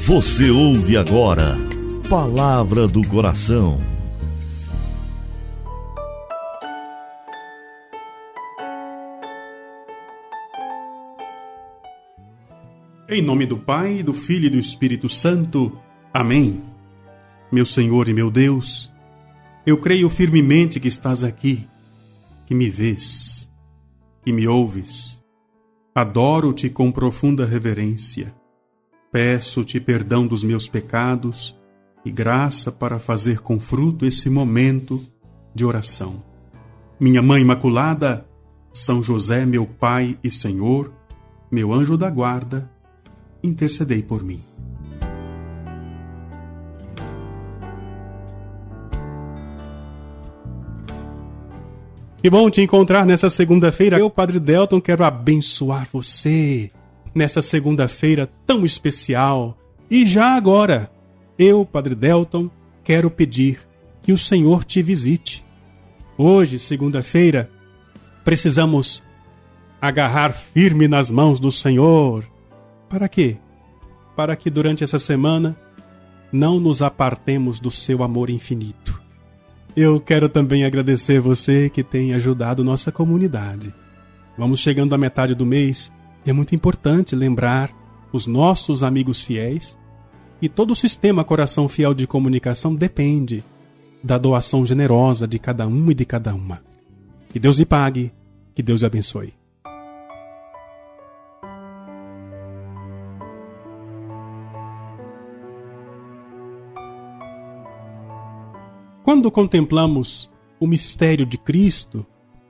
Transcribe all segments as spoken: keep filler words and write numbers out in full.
Você ouve agora Palavra do Coração. Em nome do Pai, do Filho e do Espírito Santo. Amém. Meu Senhor e meu Deus, eu creio firmemente que estás aqui, que me vês, que me ouves. Adoro-te com profunda reverência. Peço-te perdão dos meus pecados e graça para fazer com fruto esse momento de oração. Minha Mãe Imaculada, São José, meu Pai e Senhor, meu anjo da guarda, intercedei por mim. Que bom te encontrar nessa segunda-feira. Eu, Padre Delton, quero abençoar você nessa segunda-feira tão especial. E já agora, eu, Padre Delton, quero pedir que o Senhor te visite. Hoje, segunda-feira, precisamos agarrar firme nas mãos do Senhor. Para quê? Para que durante essa semana não nos apartemos do seu amor infinito. Eu quero também agradecer você que tem ajudado nossa comunidade. Vamos chegando à metade do mês e é muito importante lembrar os nossos amigos fiéis e todo o sistema Coração Fiel de Comunicação depende da doação generosa de cada um e de cada uma. Que Deus lhe pague, que Deus lhe abençoe. Quando contemplamos o mistério de Cristo,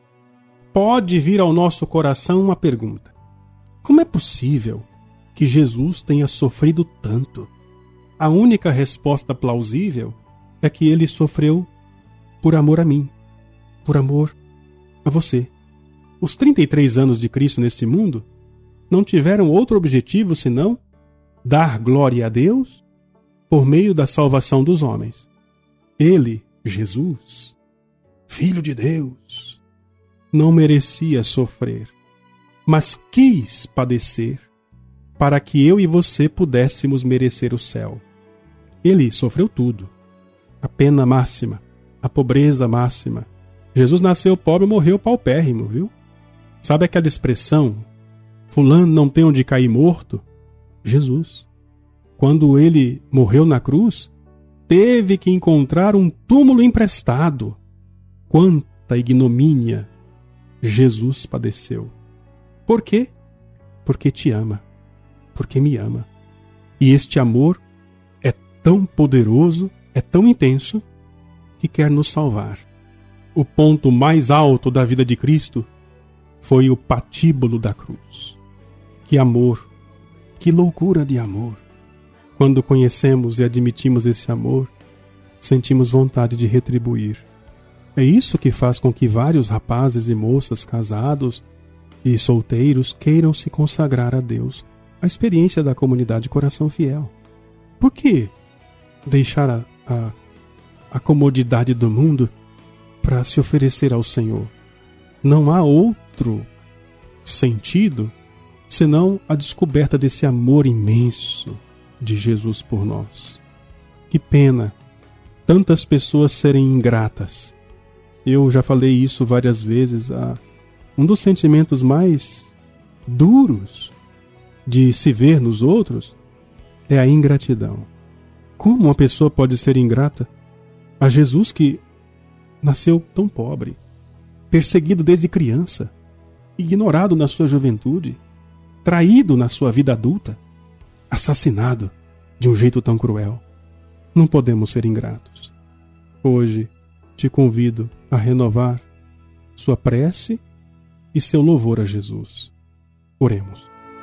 pode vir ao nosso coração uma pergunta: como é possível que Jesus tenha sofrido tanto? A única resposta plausível é que ele sofreu por amor a mim, por amor a você. Os trinta e três anos de Cristo neste mundo não tiveram outro objetivo senão dar glória a Deus por meio da salvação dos homens. Ele, Jesus, Filho de Deus, não merecia sofrer, mas quis padecer para que eu e você pudéssemos merecer o céu. Ele sofreu tudo, a pena máxima, a pobreza máxima. Jesus nasceu pobre e morreu paupérrimo, viu? Sabe aquela expressão, fulano não tem onde cair morto? Jesus, quando ele morreu na cruz, teve que encontrar um túmulo emprestado. Quanta ignomínia Jesus padeceu. Por quê? Porque te ama, porque me ama. E este amor é tão poderoso, é tão intenso, que quer nos salvar. O ponto mais alto da vida de Cristo foi o patíbulo da cruz. Que amor, que loucura de amor! Quando conhecemos e admitimos esse amor, sentimos vontade de retribuir. É isso que faz com que vários rapazes e moças casados e solteiros queiram se consagrar a Deus, a experiência da comunidade Coração Fiel. Por que deixar a, a, a comodidade do mundo para se oferecer ao Senhor? Não há outro sentido senão a descoberta desse amor imenso de Jesus por nós. Que pena tantas pessoas serem ingratas. Eu já falei isso várias vezes. Ah, um dos sentimentos mais duros de se ver nos outros é a ingratidão. Como uma pessoa pode ser ingrata a Jesus, que nasceu tão pobre, perseguido desde criança, ignorado na sua juventude, traído na sua vida adulta, assassinado de um jeito tão cruel? Não podemos ser ingratos. Hoje te convido a renovar sua prece e seu louvor a Jesus. Oremos.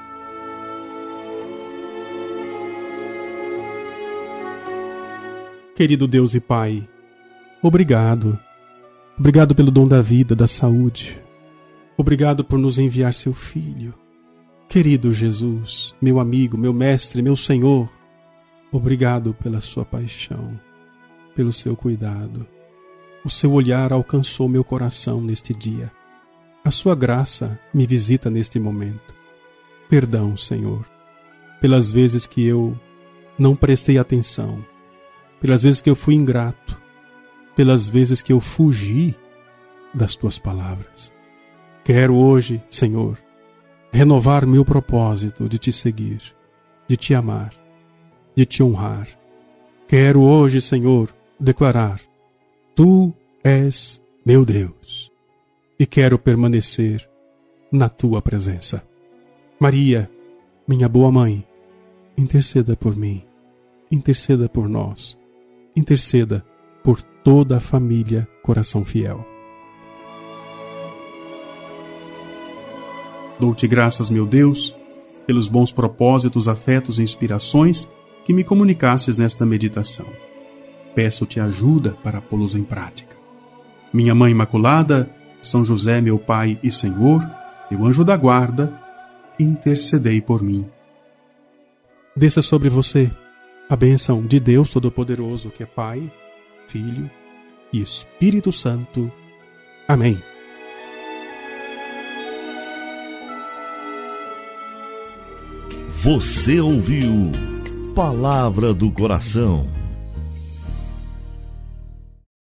Querido Deus e Pai, obrigado. Obrigado pelo dom da vida, da saúde. Obrigado por nos enviar seu Filho. Querido Jesus, meu amigo, meu mestre, meu Senhor, obrigado pela sua paixão, pelo seu cuidado. O seu olhar alcançou meu coração neste dia. A sua graça me visita neste momento. Perdão, Senhor, pelas vezes que eu não prestei atenção, pelas vezes que eu fui ingrato, pelas vezes que eu fugi das tuas palavras. Quero hoje, Senhor, renovar meu propósito de te seguir, de te amar, de te honrar. Quero hoje, Senhor, declarar: Tu és meu Deus, e quero permanecer na tua presença. Maria, minha boa mãe, interceda por mim, interceda por nós, interceda por toda a família Coração Fiel. Dou-te graças, meu Deus, pelos bons propósitos, afetos e inspirações que me comunicastes nesta meditação. Peço-te ajuda para pô-los em prática. Minha Mãe Imaculada, São José, meu Pai e Senhor, meu anjo da guarda, intercedei por mim. Desça sobre você a bênção de Deus Todo-Poderoso, que é Pai, Filho e Espírito Santo. Amém. Você ouviu Palavra do Coração,